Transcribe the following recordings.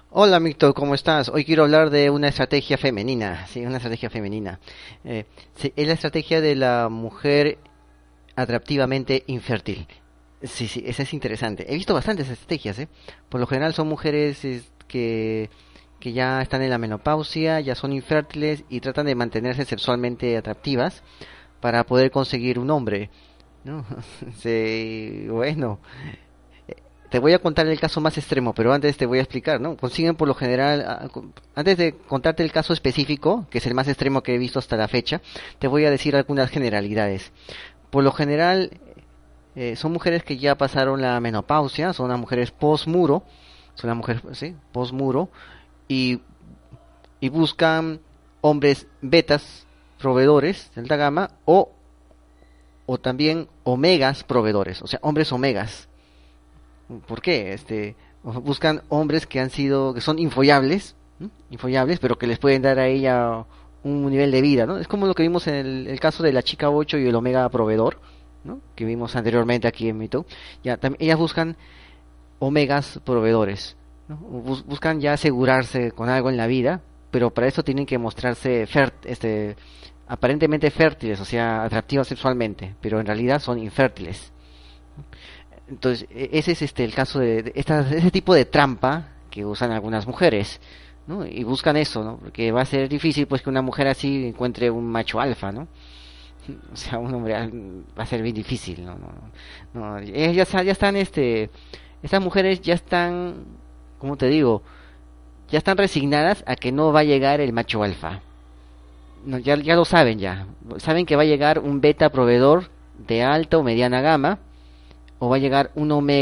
Hola, Víctor, ¿cómo estás? Hoy quiero hablar de una estrategia femenina, sí, una estrategia femenina. Sí, es la estrategia de la mujer atractivamente infértil. Sí, sí, esa es interesante. He visto bastantes estrategias, ¿eh? Por lo general son mujeres que ya están en la menopausia, ya son infértiles y tratan de mantenerse sexualmente atractivas para poder conseguir un hombre, ¿no? Sí, bueno. Te voy a contar el caso más extremo, pero antes te voy a explicar, ¿no? Consiguen por lo general, antes de contarte el caso específico, que es el más extremo que he visto hasta la fecha, te voy a decir algunas generalidades. Por lo general, son mujeres que ya pasaron la menopausia, son las mujeres post-muro, son las mujeres, sí, post-muro, y, y buscan hombres betas, proveedores de alta gama, o también omegas proveedores, o sea, hombres omegas. ¿Por qué? Buscan hombres que han sido, que son infollables, ¿no? Infollables, pero que les pueden dar a ella un nivel de vida, ¿no? Es como lo que vimos en el caso de la chica 8 y el Omega proveedor, ¿no? Que vimos anteriormente aquí en Mito. Ya, ellas buscan omegas proveedores, ¿no? Buscan ya asegurarse con algo en la vida, pero para eso tienen que mostrarse aparentemente fértiles, o sea, atractivas sexualmente, pero en realidad son infértiles. Entonces, ese es el caso de ese tipo de trampa que usan algunas mujeres, ¿no? Y buscan eso, ¿no? Porque va a ser difícil pues que una mujer así encuentre un macho alfa, ¿no? O sea, un hombre va a ser bien difícil, ¿no? Ellas ya están, estas mujeres ya están, ¿cómo te digo? Ya están resignadas a que no va a llegar el macho alfa. No, ya lo saben ya. Saben que va a llegar un beta proveedor de alta o mediana gama o va a llegar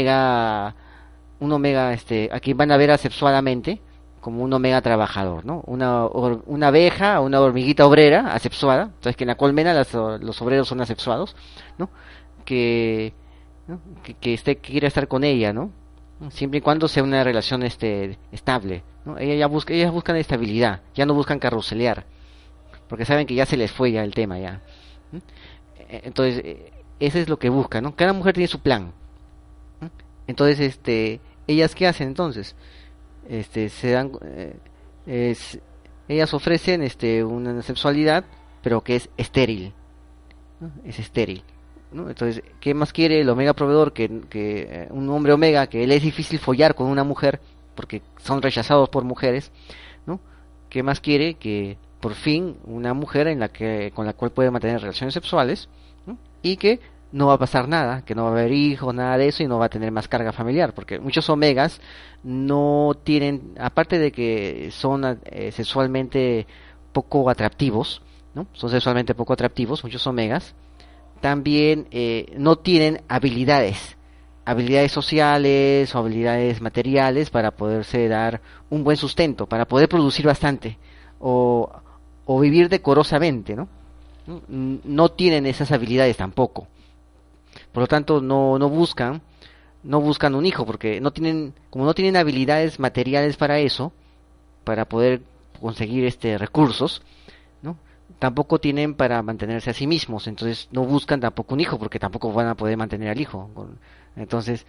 un omega, a quien van a ver asexuadamente como un omega trabajador, ¿no? Una abeja o una hormiguita obrera asexuada, entonces que en la colmena los obreros son asexuados, ¿no? Que, ¿no? Que quiera estar con ella, ¿no? Siempre y cuando sea una relación estable, ¿no? Ellas buscan estabilidad, ya no buscan carruselear, porque saben que ya se les fue ya el tema ya. ¿Mm? Entonces, eso es lo que buscan, ¿no? Cada mujer tiene su plan. ¿No? Entonces, ellas qué hacen entonces? Se dan, ellas ofrecen, una sexualidad, pero que es estéril, ¿no? Es estéril, ¿no? Entonces, ¿qué más quiere el omega proveedor que un hombre omega que le es difícil follar con una mujer porque son rechazados por mujeres, ¿no? ¿Qué más quiere que por fin una mujer con la cual puede mantener relaciones sexuales, ¿no? Y que no va a pasar nada, que no va a haber hijos, nada de eso y no va a tener más carga familiar, porque muchos omegas no tienen, aparte de que son sexualmente poco atractivos, ¿no? Son sexualmente poco atractivos, muchos omegas, también no tienen habilidades sociales o habilidades materiales para poderse dar un buen sustento, para poder producir bastante o, o vivir decorosamente, ¿no? No tienen esas habilidades tampoco. Por lo tanto, no buscan un hijo porque como no tienen habilidades materiales para eso, para poder conseguir recursos, ¿no? Tampoco tienen para mantenerse a sí mismos, entonces no buscan tampoco un hijo porque tampoco van a poder mantener al hijo. Entonces,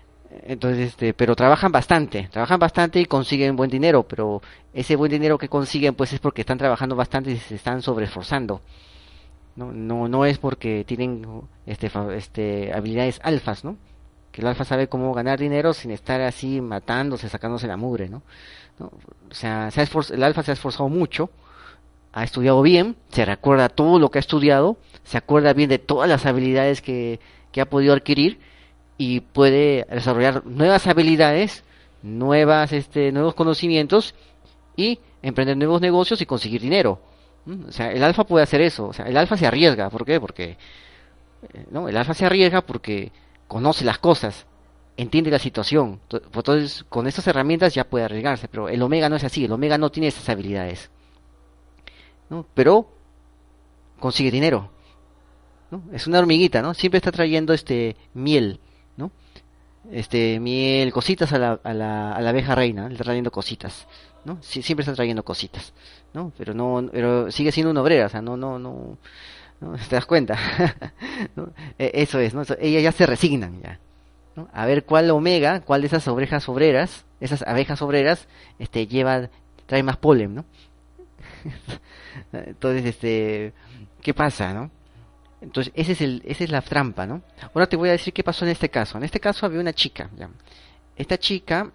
pero trabajan bastante y consiguen buen dinero, pero ese buen dinero que consiguen pues es porque están trabajando bastante y se están sobreesforzando. No es porque tienen habilidades alfas, ¿no? Que el alfa sabe cómo ganar dinero sin estar así matándose, sacándose la mugre, ¿no? ¿No? O sea, el alfa se ha esforzado mucho, ha estudiado bien, se recuerda todo lo que ha estudiado, se acuerda bien de todas las habilidades que ha podido adquirir y puede desarrollar nuevas habilidades, nuevos conocimientos y emprender nuevos negocios y conseguir dinero. O sea, el alfa puede hacer eso. O sea, el alfa se arriesga. ¿Por qué? Porque, ¿no? El alfa se arriesga porque conoce las cosas, entiende la situación. Entonces, con estas herramientas ya puede arriesgarse. Pero el omega no es así. El omega no tiene esas habilidades, ¿no? Pero consigue dinero, ¿no? Es una hormiguita, ¿no? Siempre está trayendo miel, ¿no? Miel, cositas a la abeja reina, le está trayendo cositas, ¿no? Siempre está trayendo cositas, ¿no? Pero sigue siendo una obrera, o sea, no, ¿te das cuenta? ¿No? Eso es, ¿no? Ellas ya se resignan ya, ¿no? A ver cuál de esas ovejas obreras, esas abejas obreras, traen más polen, ¿no? Entonces, ¿qué pasa, no? Entonces, esa es la trampa, ¿no? Ahora te voy a decir qué pasó en este caso. En este caso había una chica, ¿ya? Esta chica,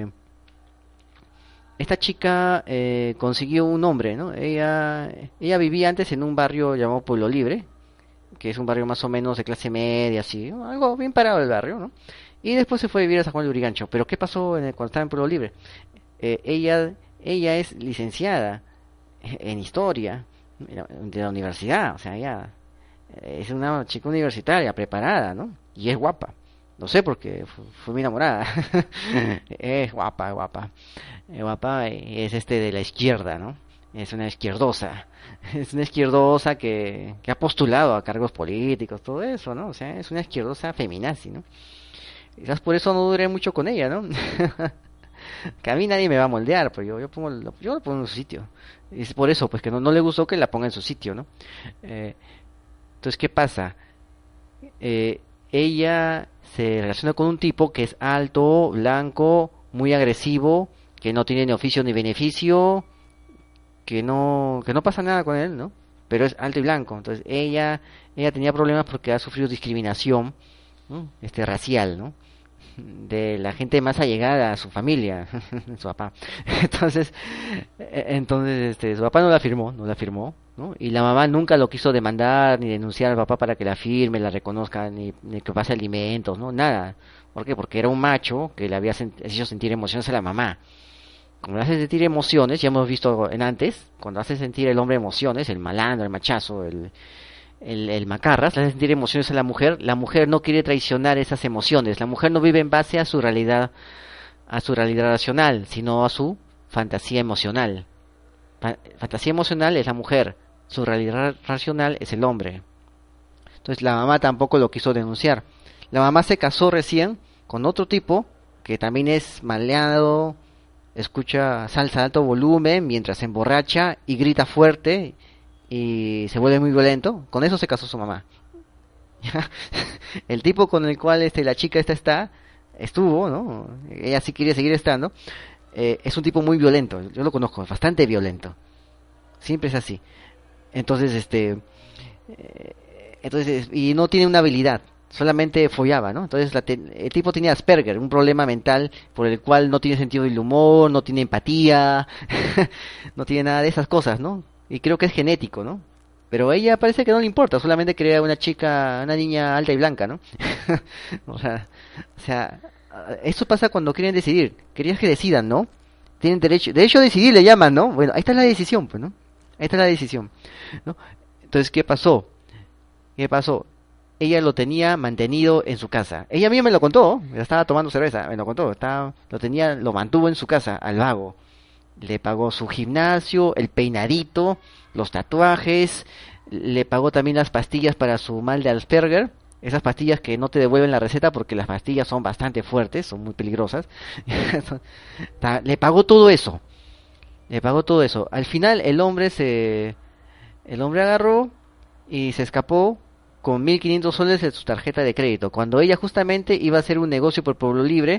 consiguió un hombre, ¿no? Ella vivía antes en un barrio llamado Pueblo Libre, que es un barrio más o menos de clase media, así, ¿no? Algo bien parado el barrio, ¿no? Y después se fue a vivir a San Juan de Urigancho. Pero ¿qué pasó cuando estaba en Pueblo Libre? Ella es licenciada en historia de la universidad, o sea, ella es una chica universitaria preparada, ¿no? Y es guapa. No sé porque fue mi enamorada. Es guapa, guapa. Es guapa, es de la izquierda, ¿no? Es una izquierdosa. Es una izquierdosa que ha postulado a cargos políticos, todo eso, ¿no? O sea, es una izquierdosa feminazi, ¿no? Quizás por eso no duré mucho con ella, ¿no? Que a mí nadie me va a moldear, pero yo lo pongo en su sitio. Y es por eso, pues que no le gustó que la ponga en su sitio, ¿no? Eh, entonces, ¿qué pasa? Ella se relaciona con un tipo que es alto, blanco, muy agresivo, que no tiene ni oficio ni beneficio, que no pasa nada con él, ¿no? Pero es alto y blanco. Entonces, ella tenía problemas porque ha sufrido discriminación, ¿no? Racial, ¿no? De la gente más allegada a su familia, su papá. Entonces, su papá no la firmó, ¿no? Y la mamá nunca lo quiso demandar ni denunciar al papá para que la firme, la reconozca, ni que pase alimentos, ¿no? Nada. ¿Por qué? Porque era un macho que le había hecho sentir emociones a la mamá. Cuando le hace sentir emociones, ya hemos visto en antes, cuando hace sentir el hombre emociones, el malandro, el machazo, el macarras, le hace sentir emociones a la mujer no quiere traicionar esas emociones, la mujer no vive en base a su realidad racional, sino a su fantasía emocional. Fantasía emocional es la mujer, su realidad racional es el hombre. Entonces la mamá tampoco lo quiso denunciar. La mamá se casó recién con otro tipo que también es maleado, escucha salsa de alto volumen mientras se emborracha y grita fuerte y se vuelve muy violento. Con eso se casó su mamá. El tipo con el cual la chica estuvo, ¿no? Ella sí quiere seguir estando. Es un tipo muy violento. Yo lo conozco, es bastante violento. Siempre es así. Entonces, y no tiene una habilidad. Solamente follaba, ¿no? Entonces el tipo tenía Asperger, un problema mental por el cual no tiene sentido del humor, no tiene empatía, no tiene nada de esas cosas, ¿no? Y creo que es genético, ¿no? Pero a ella parece que no le importa, solamente quería una niña alta y blanca, ¿no? o sea, eso pasa cuando quieren decidir. Querías que decidan, ¿no? Tienen derecho, a decidir le llaman, ¿no? Bueno, ahí está la decisión, pues, ¿no? Ahí está la decisión, ¿no? Entonces, ¿qué pasó? Ella lo tenía mantenido en su casa. Ella misma me lo contó, estaba tomando cerveza, me lo contó, lo mantuvo en su casa, al vago. Le pagó su gimnasio, el peinadito, los tatuajes, le pagó también las pastillas para su mal de Asperger, esas pastillas que no te devuelven la receta porque las pastillas son bastante fuertes, son muy peligrosas. Le pagó todo eso. Al final el hombre agarró y se escapó con 1.500 soles de su tarjeta de crédito, cuando ella justamente iba a hacer un negocio por Pueblo Libre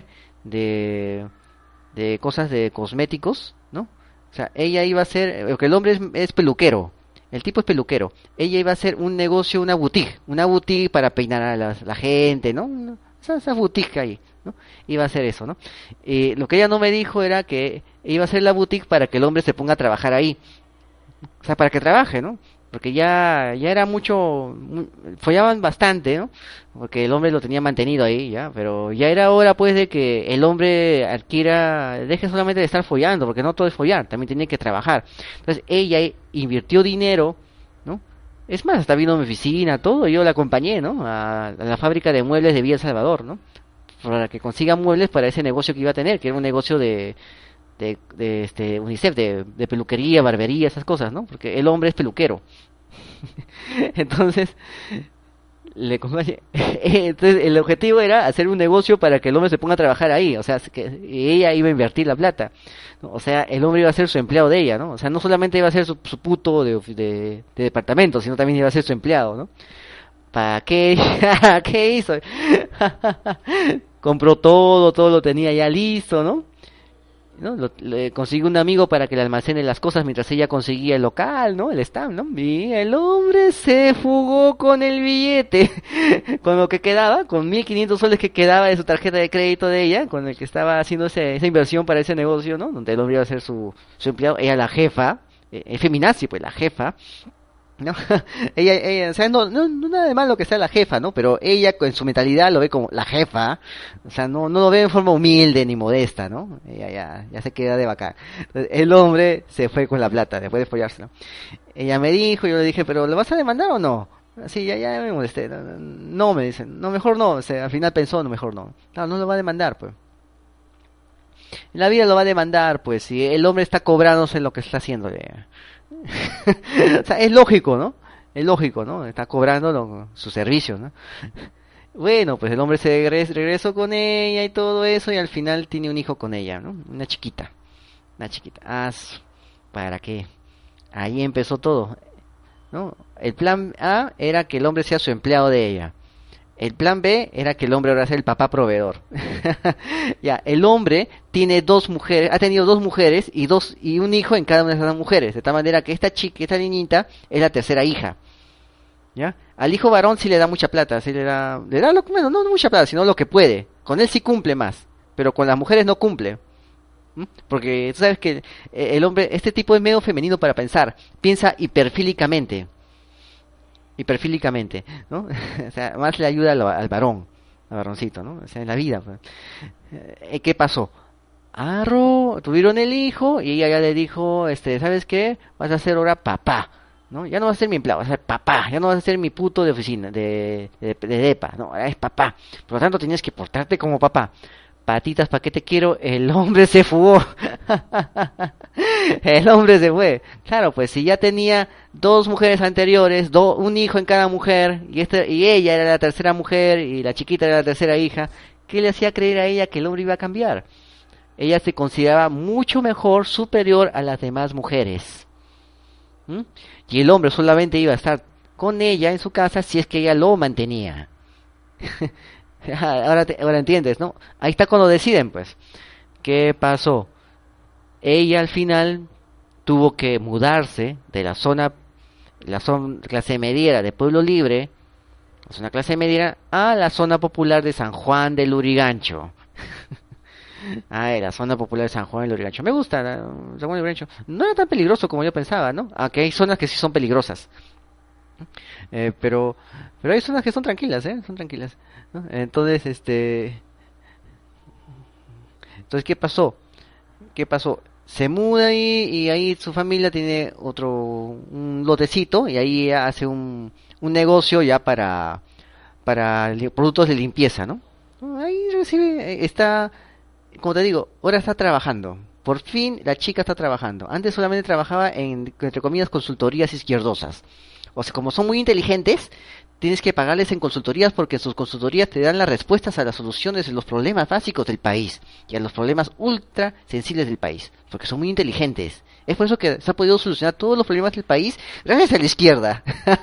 de cosas de cosméticos, ¿no? O sea, ella iba a hacer, porque el hombre es peluquero, el tipo es peluquero, ella iba a hacer un negocio, una boutique para peinar a la gente, ¿no? Esa boutique ahí, ¿no? Iba a hacer eso, ¿no? Lo que ella no me dijo era que iba a hacer la boutique para que el hombre se ponga a trabajar ahí, o sea, para que trabaje, ¿no? Porque ya era follaban bastante, ¿no? Porque el hombre lo tenía mantenido ahí, ya, pero ya era hora pues de que el hombre deje solamente de estar follando, porque no todo es follar, también tiene que trabajar. Entonces ella invirtió dinero, ¿no? Es más, hasta vino a mi oficina, todo, yo la acompañé, ¿no? A la fábrica de muebles de Villa El Salvador, ¿no? Para que consiga muebles para ese negocio que iba a tener, que era un negocio de UNICEF, de peluquería, barbería, esas cosas, ¿no? Porque el hombre es peluquero. Entonces, entonces el objetivo era hacer un negocio para que el hombre se ponga a trabajar ahí, o sea, que ella iba a invertir la plata, ¿no? O sea, el hombre iba a ser su empleado de ella, ¿no? O sea, no solamente iba a ser su puto de departamento, sino también iba a ser su empleado, ¿no? ¿Para qué? ¿Qué hizo? Compró todo lo tenía ya listo, ¿no? ¿no? Le consiguió un amigo para que le almacene las cosas mientras ella conseguía el local, ¿no? El stand, ¿no? Y el hombre se fugó con el billete, con lo que quedaba, con 1.500 soles que quedaba de su tarjeta de crédito de ella, con el que estaba haciendo esa inversión para ese negocio, ¿no? Donde el hombre iba a ser su empleado, ella la jefa, feminazi, pues la jefa, ¿no? ella, o sea, no nada de malo que sea la jefa, ¿no? Pero ella en su mentalidad lo ve como la jefa, o sea, no lo ve en forma humilde ni modesta, ¿no? Ella ya se queda de bacán. Entonces, el hombre se fue con la plata después de follárselo. Ella me dijo, yo le dije, pero ¿lo vas a demandar o no? Sí, ya me molesté. No, me dicen, no, mejor no. O sea, al final pensó, no, mejor no. No lo va a demandar, pues. La vida lo va a demandar, pues, si el hombre está cobrándose lo que está haciendo. O sea, es lógico, ¿no? Es lógico, ¿no? Está cobrando su servicio, ¿no? Bueno, pues el hombre se regresó con ella y todo eso y al final tiene un hijo con ella, ¿no? Una chiquita. Una chiquita. ¿Para qué? Ahí empezó todo, ¿no? El plan A era que el hombre sea su empleado de ella. El plan B era que el hombre ahora sea el papá proveedor. Ya, el hombre tiene dos mujeres, ha tenido dos mujeres y un hijo en cada una de esas mujeres, de tal manera que esta niñita es la tercera hija. ¿Ya? Al hijo varón sí le da mucha plata, sí bueno, no mucha plata, sino lo que puede. Con él sí cumple más, pero con las mujeres no cumple. Porque tú sabes que el hombre, este tipo es medio femenino para pensar, piensa hiperfílicamente, ¿no? O sea, más le ayuda al varón, al varoncito, ¿no? O sea, en la vida, pues. ¿Qué pasó? Tuvieron el hijo y ella ya le dijo, ¿sabes qué? Vas a ser ahora papá, ¿no? Ya no vas a ser mi empleado, vas a ser papá, ya no vas a ser mi puto de oficina, de depa, no, ahora es papá. Por lo tanto, tienes que portarte como papá. Patitas, ¿para qué te quiero? El hombre se fugó. El hombre se fue. Claro, pues si ya tenía dos mujeres anteriores, un hijo en cada mujer, y ella era la tercera mujer, y la chiquita era la tercera hija, ¿qué le hacía creer a ella que el hombre iba a cambiar? Ella se consideraba mucho mejor, superior a las demás mujeres. Y el hombre solamente iba a estar con ella en su casa si es que ella lo mantenía. Ahora entiendes, ¿no? Ahí está cuando deciden, pues. ¿Qué pasó? Ella al final tuvo que mudarse de la zona clase mediera de Pueblo Libre, la zona clase mediera, a la zona popular de San Juan del Lurigancho. La zona popular de San Juan del Lurigancho. Me gusta San Juan del Lurigancho. No era tan peligroso como yo pensaba, ¿no? Aunque hay zonas que sí son peligrosas. Pero hay zonas que son tranquilas, son tranquilas, ¿no? Entonces, ¿qué pasó? Se muda ahí y ahí su familia tiene un lotecito y ahí hace un negocio ya para productos de limpieza, ¿no? Ahí como te digo, ahora está trabajando. Por fin la chica está trabajando. Antes solamente trabajaba entre comillas, consultorías izquierdosas. O sea, como son muy inteligentes, tienes que pagarles en consultorías porque sus consultorías te dan las respuestas a las soluciones de los problemas básicos del país y a los problemas ultra sensibles del país, porque son muy inteligentes. Es por eso que se ha podido solucionar todos los problemas del país gracias a la izquierda.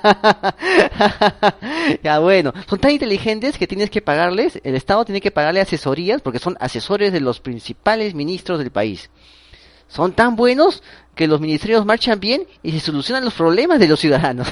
Ya bueno, son tan inteligentes que tienes que pagarles, el Estado tiene que pagarle asesorías porque son asesores de los principales ministros del país. Son tan buenos que los ministerios marchan bien y se solucionan los problemas de los ciudadanos.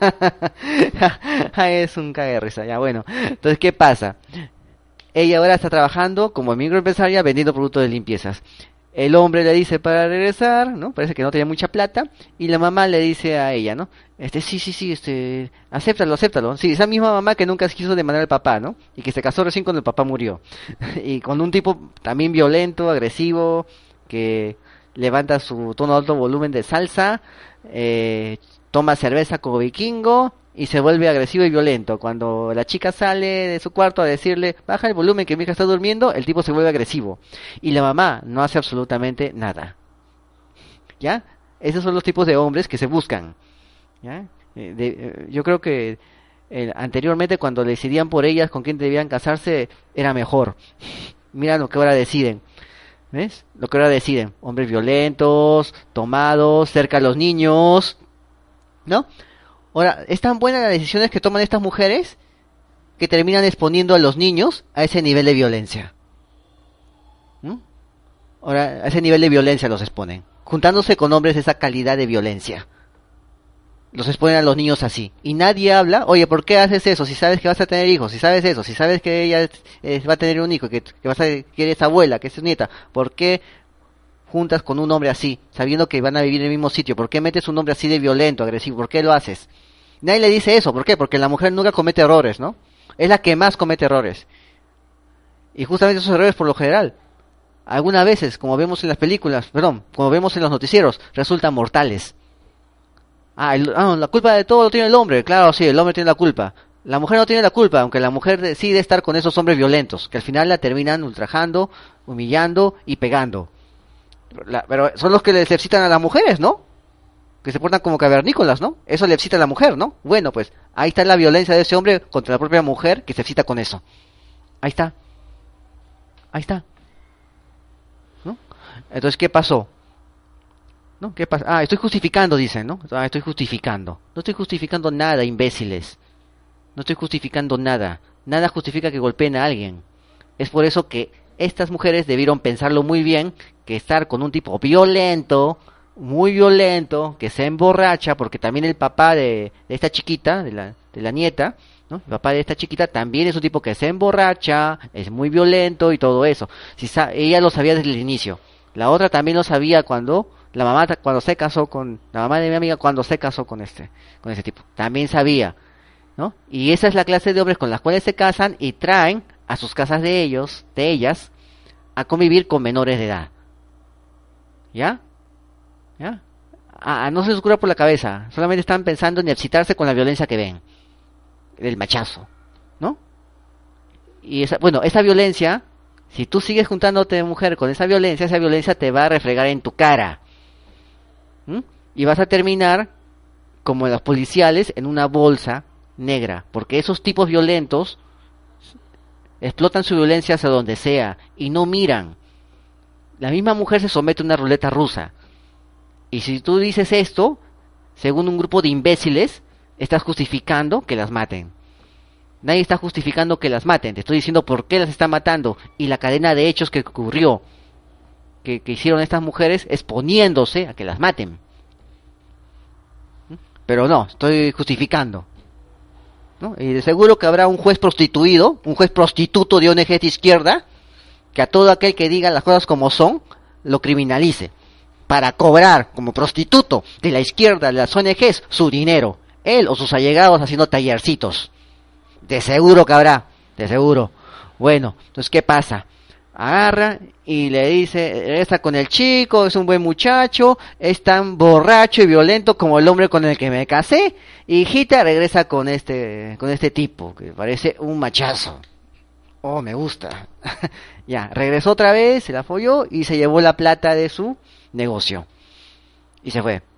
Es un cague de risa, ya bueno. Entonces, ¿qué pasa? Ella ahora está trabajando como microempresaria vendiendo productos de limpiezas. El hombre le dice para regresar, ¿no? Parece que no tenía mucha plata. Y la mamá le dice a ella, ¿no? Sí, acéptalo. Sí, esa misma mamá que nunca quiso demandar al papá, ¿no? Y que se casó recién cuando el papá murió. Y con un tipo también violento, agresivo, que levanta su tono alto volumen de salsa, toma cerveza como vikingo y se vuelve agresivo y violento. Cuando la chica sale de su cuarto a decirle, baja el volumen que mi hija está durmiendo, el tipo se vuelve agresivo. Y la mamá no hace absolutamente nada. ¿Ya? Esos son los tipos de hombres que se buscan. ¿Ya? Yo creo que anteriormente cuando decidían por ellas con quién debían casarse, era mejor. Mira lo que ahora deciden. ¿Ves? Lo que ahora deciden. Hombres violentos, tomados, cerca a los niños. ¿No? Ahora, es tan buena las decisiones que toman estas mujeres que terminan exponiendo a los niños a ese nivel de violencia. Ahora, a ese nivel de violencia los exponen. Juntándose con hombres de esa calidad de violencia. Los exponen a los niños así. Y nadie habla, oye, ¿por qué haces eso? Si sabes que vas a tener hijos, si sabes eso, si sabes que ella va a tener un hijo, que eres abuela, que es nieta, ¿por qué juntas con un hombre así, sabiendo que van a vivir en el mismo sitio? ¿Por qué metes un hombre así de violento, agresivo? ¿Por qué lo haces? Nadie le dice eso, ¿por qué? Porque la mujer nunca comete errores, ¿no? Es la que más comete errores. Y justamente esos errores, por lo general, algunas veces, como vemos en las películas, perdón, como vemos en los noticieros, resultan mortales. La culpa de todo lo tiene el hombre. Claro, sí, el hombre tiene la culpa. La mujer no tiene la culpa, aunque la mujer decide estar con esos hombres violentos, que al final la terminan ultrajando, humillando y pegando. Pero son los que le excitan a las mujeres, ¿no? Que se portan como cavernícolas, ¿no? Eso le excita a la mujer, ¿no? Bueno, pues ahí está la violencia de ese hombre contra la propia mujer que se excita con eso. Ahí está. Ahí está. ¿No? Entonces, ¿qué pasó? ¿No? ¿Qué pasa? Estoy justificando, dicen, ¿no? Estoy justificando. No estoy justificando nada, imbéciles. No estoy justificando nada. Nada justifica que golpeen a alguien. Es por eso que estas mujeres debieron pensarlo muy bien, que estar con un tipo violento, muy violento, que se emborracha, porque también el papá de esta chiquita, de la nieta, ¿no? El papá de esta chiquita también es un tipo que se emborracha, es muy violento y todo eso. Ella lo sabía desde el inicio. La otra también lo sabía cuando la mamá la mamá de mi amiga cuando se casó con ese tipo. También sabía, ¿no? Y esa es la clase de hombres con las cuales se casan y traen a sus casas de ellas, a convivir con menores de edad. ¿Ya? ¿Ya? No se les ocurra por la cabeza. Solamente están pensando en excitarse con la violencia que ven. El machazo, ¿no? Y esa violencia, si tú sigues juntándote de mujer con esa violencia te va a refregar en tu cara. Y vas a terminar como los policiales en una bolsa negra, porque esos tipos violentos explotan su violencia hacia donde sea y no miran. La misma mujer se somete a una ruleta rusa. Y si tú dices esto, según un grupo de imbéciles, estás justificando que las maten. Nadie está justificando que las maten. Te estoy diciendo por qué las están matando y la cadena de hechos que ocurrió, que hicieron estas mujeres exponiéndose a que las maten. Pero no, estoy justificando, ¿no? Y de seguro que habrá un juez prostituido, un juez prostituto de ONG de izquierda, que a todo aquel que diga las cosas como son, lo criminalice, para cobrar como prostituto de la izquierda, de las ONGs, su dinero. Él o sus allegados haciendo tallercitos. De seguro que habrá, de seguro. Bueno, entonces, ¿qué pasa? Agarra y le dice, está con el chico, es un buen muchacho, es tan borracho y violento como el hombre con el que me casé. Y hijita regresa con este tipo, que parece un machazo. Oh, me gusta. Ya, regresó otra vez, se la folló y se llevó la plata de su negocio. Y se fue.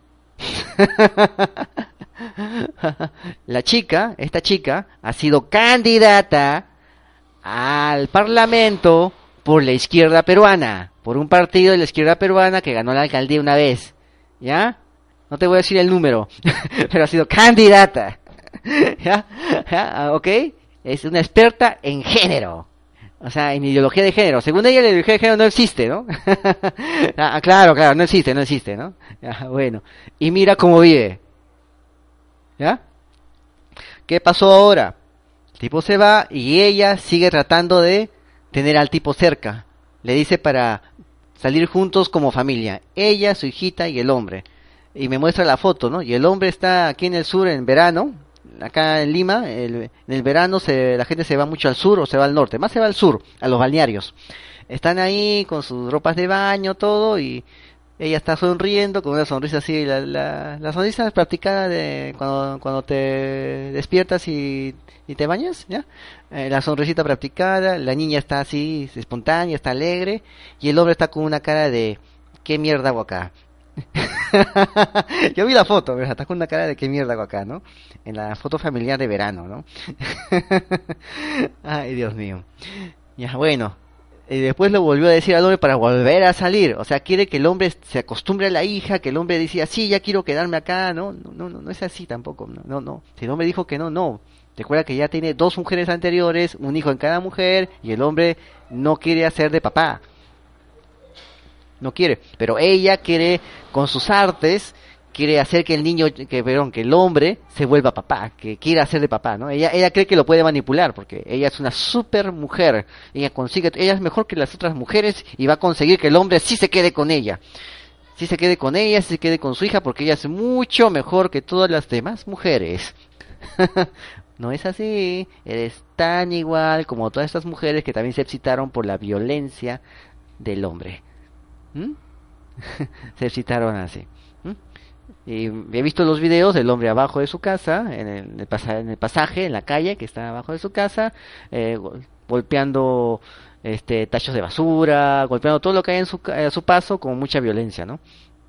Esta chica, ha sido candidata al Parlamento por la izquierda peruana, por un partido de la izquierda peruana que ganó la alcaldía una vez. ¿Ya? No te voy a decir el número, pero ha sido candidata. ¿Ya? ¿Ok? Es una experta en género. O sea, en ideología de género. Según ella, la ideología de género no existe, ¿no? Claro, no existe, ¿no? Ya, bueno. Y mira cómo vive. ¿Ya? ¿Qué pasó ahora? El tipo se va y ella sigue tratando de tener al tipo cerca. Le dice para salir juntos como familia. Ella, su hijita y el hombre. Y me muestra la foto, ¿no? Y el hombre está aquí en el sur en verano. Acá en Lima, en el verano la gente se va mucho al sur o se va al norte. Más se va al sur, a los balnearios. Están ahí con sus ropas de baño, todo, y ella está sonriendo, con una sonrisa así. La sonrisa es practicada de cuando te despiertas y te bañas, ¿ya? La sonrisita practicada, la niña está así, espontánea, está alegre, y el hombre está con una cara de, ¿qué mierda hago acá? Yo vi la foto, ¿verdad? Está con una cara de qué mierda hago acá, ¿no? En la foto familiar de verano, ¿no? Ay, Dios mío. Ya, bueno. Y después lo volvió a decir al hombre para volver a salir. O sea, quiere que el hombre se acostumbre a la hija, que el hombre decía, sí, ya quiero quedarme acá. No es así tampoco. No. Si el hombre dijo que no. Recuerda que ya tiene 2 mujeres anteriores, un hijo en cada mujer, y el hombre no quiere hacer de papá. no quiere, pero ella quiere con sus artes quiere hacer que el niño, que el hombre se vuelva papá, que quiera hacer de papá, ¿no? Ella cree que lo puede manipular porque ella es una super mujer, ella es mejor que las otras mujeres y va a conseguir que el hombre sí se quede con ella. Sí se quede con ella, sí se quede con su hija porque ella es mucho mejor que todas las demás mujeres. No es así, eres tan igual como todas estas mujeres que también se excitaron por la violencia del hombre. ¿Mm? Se excitaron así. ¿Mm? Y he visto los videos del hombre abajo de su casa, en el pasaje, en la calle que está abajo de su casa, golpeando tachos de basura, golpeando todo lo que hay a su paso con mucha violencia, ¿no?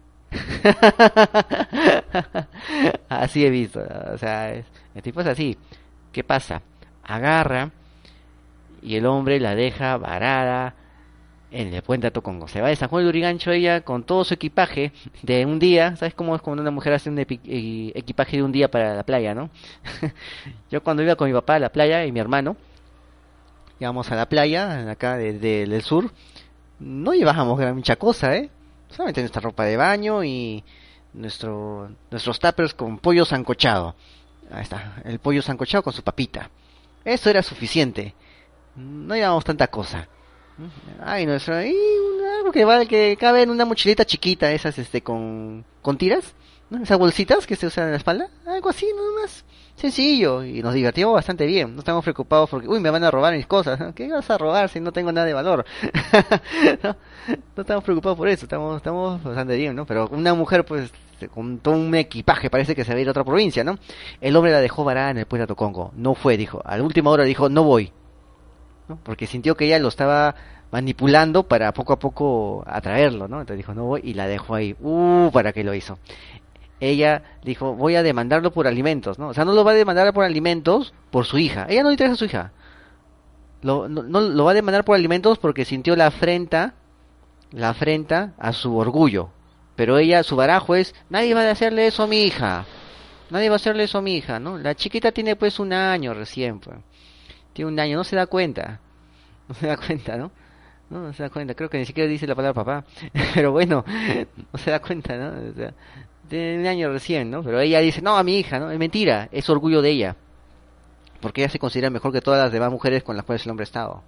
Así he visto, o sea, el tipo es así. ¿Qué pasa? Agarra y el hombre la deja varada en el puente Tocongo. Se va de San Juan de Lurigancho ella con todo su equipaje de un día. ¿Sabes cómo es cuando una mujer hace un equipaje de un día para la playa, no? Yo cuando iba con mi papá a la playa y mi hermano, íbamos a la playa, acá del sur, no llevábamos mucha cosa, ¿eh? Solamente nuestra ropa de baño y nuestros tuppers con pollo sancochado. Ahí está, el pollo sancochado con su papita. Eso era suficiente. No llevábamos tanta cosa. Ay, nuestro, y algo que cabe en una mochilita chiquita, esas con tiras, ¿no? Esas bolsitas que se usan en la espalda, algo así, nada más sencillo, y nos divertimos bastante bien, no estamos preocupados porque, uy, me van a robar mis cosas, ¿no? ¿Qué vas a robar si no tengo nada de valor? ¿No? No estamos preocupados por eso, estamos bastante bien, ¿no? Pero una mujer, pues, con todo un equipaje, parece que se va a ir a otra provincia, ¿no? El hombre la dejó varada en el puerto de Tocongo, no fue, dijo, a la última hora dijo, no voy, ¿no? Porque sintió que ella lo estaba manipulando para poco a poco atraerlo, ¿no? Entonces dijo, no voy, y la dejó ahí. ¿Para qué lo hizo? Ella dijo, voy a demandarlo por alimentos, ¿no? O sea, no lo va a demandar por alimentos por su hija. Ella no le interesa a su hija. No lo va a demandar por alimentos porque sintió la afrenta a su orgullo. Pero ella, su barajo es, nadie va a hacerle eso a mi hija. Nadie va a hacerle eso a mi hija, ¿no? La chiquita tiene pues 1 año recién, pues. Tiene 1 año, no se da cuenta. No se da cuenta, ¿no? No se da cuenta, creo que ni siquiera dice la palabra papá. Pero bueno, no se da cuenta, ¿no? O sea, tiene 1 año recién, ¿no? Pero ella dice, no, a mi hija, ¿no? Es mentira, es orgullo de ella. Porque ella se considera mejor que todas las demás mujeres con las cuales el hombre ha estado.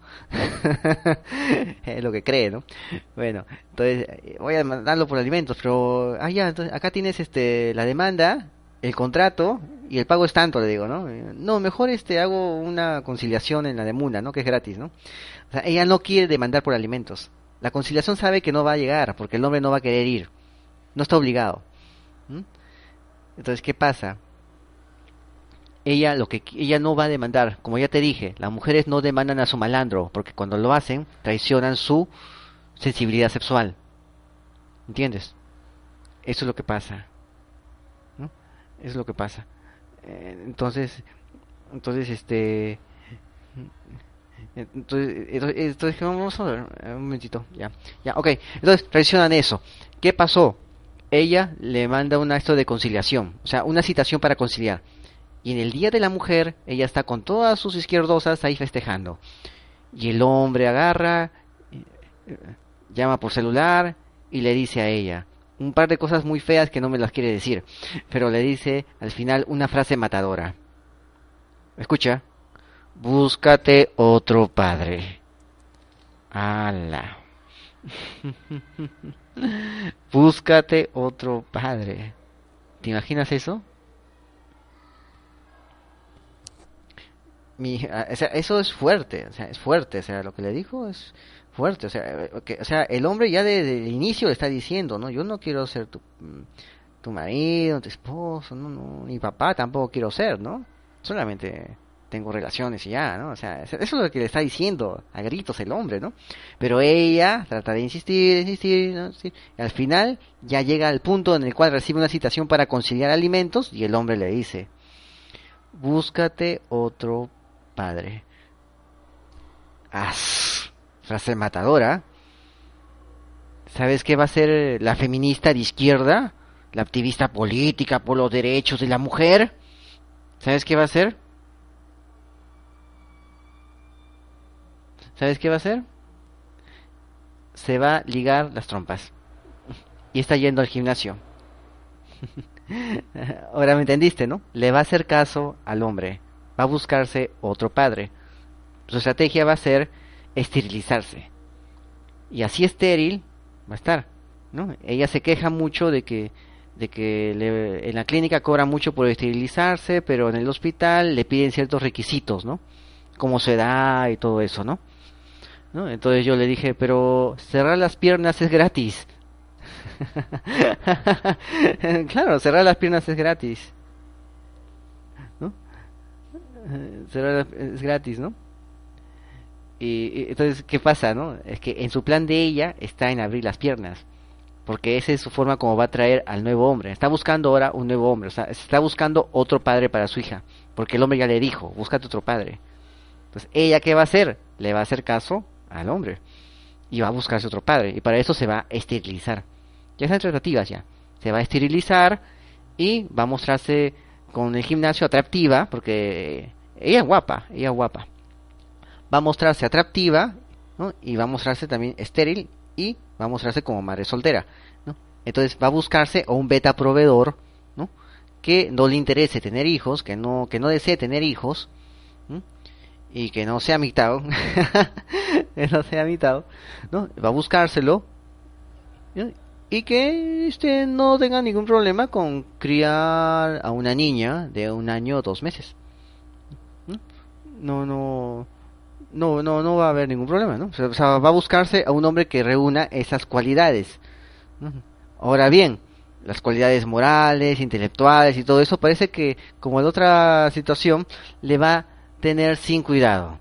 Es lo que cree, ¿no? Bueno, entonces, voy a demandarlo por alimentos, pero... Ah, ya, entonces, acá tienes la demanda, el contrato, y el pago es tanto, le digo, ¿no? No, mejor hago una conciliación en la demanda, ¿no? Que es gratis, ¿no? O sea, ella no quiere demandar por alimentos. La conciliación sabe que no va a llegar, porque el hombre no va a querer ir. No está obligado. ¿Mm? Entonces, ¿qué pasa? Ella no va a demandar, como ya te dije, las mujeres no demandan a su malandro, porque cuando lo hacen, traicionan su sensibilidad sexual. ¿Entiendes? Eso es lo que pasa, ¿no? Eso es lo que pasa. Entonces, entonces, ¿qué vamos a ver? Un momentito, ya, ok. Entonces, traicionan eso. ¿Qué pasó? Ella le manda un acto de conciliación, o sea, una citación para conciliar. Y en el Día de la Mujer, ella está con todas sus izquierdosas ahí festejando. Y el hombre agarra, llama por celular y le dice a ella un par de cosas muy feas que no me las quiere decir, pero le dice al final una frase matadora. Escucha, búscate otro padre. ¡Hala! Búscate otro padre. ¿Te imaginas eso? O sea, eso es fuerte, o sea, es fuerte, o sea, lo que le dijo es fuerte, o sea, o sea, el hombre ya desde el inicio le está diciendo, ¿no? Yo no quiero ser tu marido, tu esposo, no, ni papá tampoco quiero ser, ¿no? Solamente tengo relaciones y ya, ¿no? O sea, eso es lo que le está diciendo a gritos el hombre, ¿no? Pero ella trata de insistir, ¿no? Sí. Y al final ya llega al punto en el cual recibe una citación para conciliar alimentos y el hombre le dice, búscate otro padre. Frase matadora. ¿Sabes qué va a ser la feminista de izquierda? La activista política por los derechos de la mujer. ¿Sabes qué va a hacer? ¿Sabes qué va a hacer? Se va a ligar las trompas. y está yendo al gimnasio. Ahora me entendiste, ¿no? Le va a hacer caso al hombre, va a buscarse otro padre. Su estrategia va a ser esterilizarse. Y así estéril va a estar, ¿no? Ella se queja mucho en la clínica cobra mucho por esterilizarse, pero en el hospital le piden ciertos requisitos, ¿no? Como su edad y todo eso, ¿no? ¿No? Entonces yo le dije, pero cerrar las piernas es gratis. Claro, cerrar las piernas es gratis, ¿no? Es gratis, ¿no? Y entonces, ¿qué pasa, no? Es que en su plan de ella está en abrir las piernas, porque esa es su forma como va a traer al nuevo hombre. Está buscando ahora un nuevo hombre, o sea, está buscando otro padre para su hija, porque el hombre ya le dijo, búscate otro padre. Entonces, ¿ella qué va a hacer? Le va a hacer caso al hombre y va a buscarse otro padre, y para eso se va a esterilizar. Ya están tratativas ya. Se va a esterilizar y va a mostrarse con el gimnasio atractiva, porque ella es guapa, ella es guapa. Va a mostrarse atractiva, ¿no? Y va a mostrarse también estéril y va a mostrarse como madre soltera, ¿no? Entonces va a buscarse a un beta proveedor, ¿no? Que no le interese tener hijos, que no desee tener hijos, ¿no? Y que no sea mitad, que no sea mitad, ¿no? Va a buscárselo, ¿no? Y que no tenga ningún problema con criar a una niña de 1 año o 2 meses. ¿No? No va a haber ningún problema, ¿no? O sea, va a buscarse a un hombre que reúna esas cualidades, ¿no? Ahora bien, las cualidades morales, intelectuales y todo eso parece que, como en otra situación, le va a tener sin cuidado.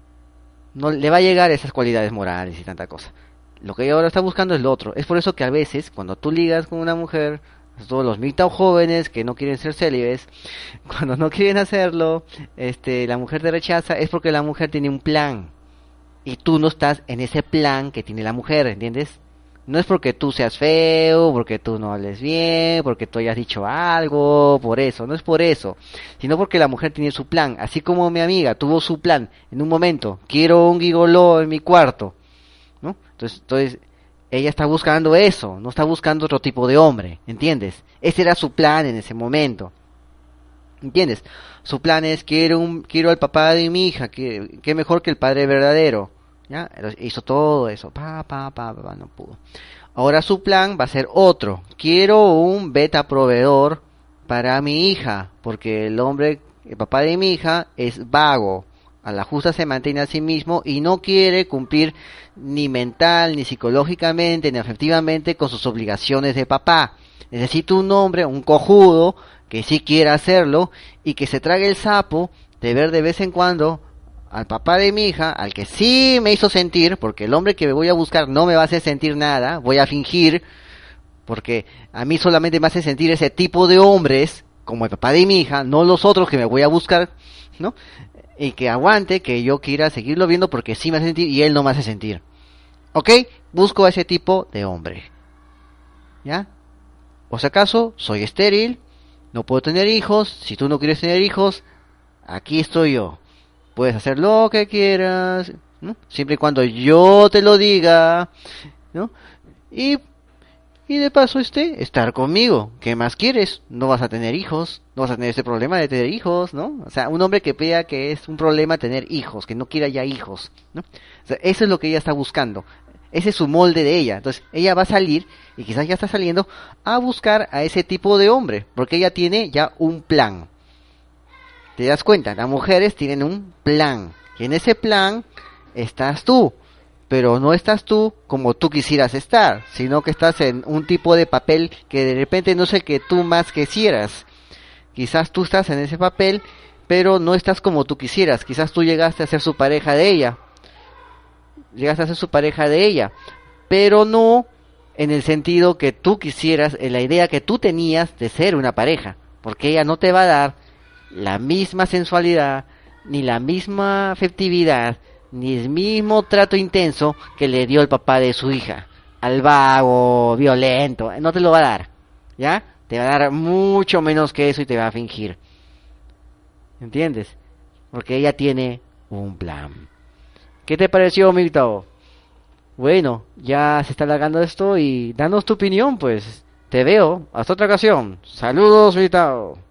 No le va a llegar esas cualidades morales y tanta cosa. Lo que ella ahora está buscando es lo otro. Es por eso que a veces, cuando tú ligas con una mujer, todos los mitad jóvenes que no quieren ser célibes, cuando no quieren hacerlo, la mujer te rechaza, es porque la mujer tiene un plan y tú no estás en ese plan que tiene la mujer, ¿entiendes? No es porque tú seas feo, porque tú no hables bien, porque tú hayas dicho algo, por eso, no es por eso, sino porque la mujer tiene su plan, así como mi amiga tuvo su plan en un momento, quiero un gigoló en mi cuarto, ¿no? Entonces ella está buscando eso, no está buscando otro tipo de hombre, ¿entiendes? Ese era su plan en ese momento, ¿entiendes? Su plan es quiero al papá de mi hija, que mejor que el padre verdadero, ¿ya? Hizo todo eso, no pudo. Ahora su plan va a ser otro, quiero un beta proveedor para mi hija, porque el papá de mi hija es vago, a la justa se mantiene a sí mismo y no quiere cumplir ni mental, ni psicológicamente, ni afectivamente con sus obligaciones de papá. Necesito un hombre, un cojudo, que sí quiera hacerlo y que se trague el sapo de ver de vez en cuando al papá de mi hija, al que sí me hizo sentir, porque el hombre que me voy a buscar no me va a hacer sentir nada, voy a fingir, porque a mí solamente me hace sentir ese tipo de hombres, como el papá de mi hija, no los otros que me voy a buscar, ¿no? Y que aguante, que yo quiera seguirlo viendo porque sí me hace sentir y él no me hace sentir. ¿Ok? Busco a ese tipo de hombre. ¿Ya? O si acaso, soy estéril, no puedo tener hijos, si tú no quieres tener hijos, aquí estoy yo. Puedes hacer lo que quieras, ¿no? Siempre y cuando yo te lo diga, ¿no? Y de paso estar conmigo. ¿Qué más quieres? No vas a tener hijos, no vas a tener ese problema de tener hijos, ¿no? O sea, un hombre que vea que es un problema tener hijos, que no quiera ya hijos, ¿no? O sea, eso es lo que ella está buscando. Ese es su molde de ella. Entonces, ella va a salir, y quizás ya está saliendo, a buscar a ese tipo de hombre, porque ella tiene ya un plan. ¿Te das cuenta? Las mujeres tienen un plan, y en ese plan estás tú. Pero no estás tú como tú quisieras estar, sino que estás en un tipo de papel que de repente no es el que tú más quisieras. Quizás tú estás en ese papel, pero no estás como tú quisieras. Quizás tú llegaste a ser su pareja de ella. Llegaste a ser su pareja de ella, pero no en el sentido que tú quisieras, en la idea que tú tenías de ser una pareja. Porque ella no te va a dar la misma sensualidad, ni la misma afectividad, ni el mismo trato intenso que le dio el papá de su hija, al vago, violento, no te lo va a dar, ¿ya? Te va a dar mucho menos que eso y te va a fingir, ¿entiendes? Porque ella tiene un plan. ¿Qué te pareció, Milton? Bueno, ya se está alargando esto y danos tu opinión, pues. Te veo. Hasta otra ocasión. Saludos, Vitao.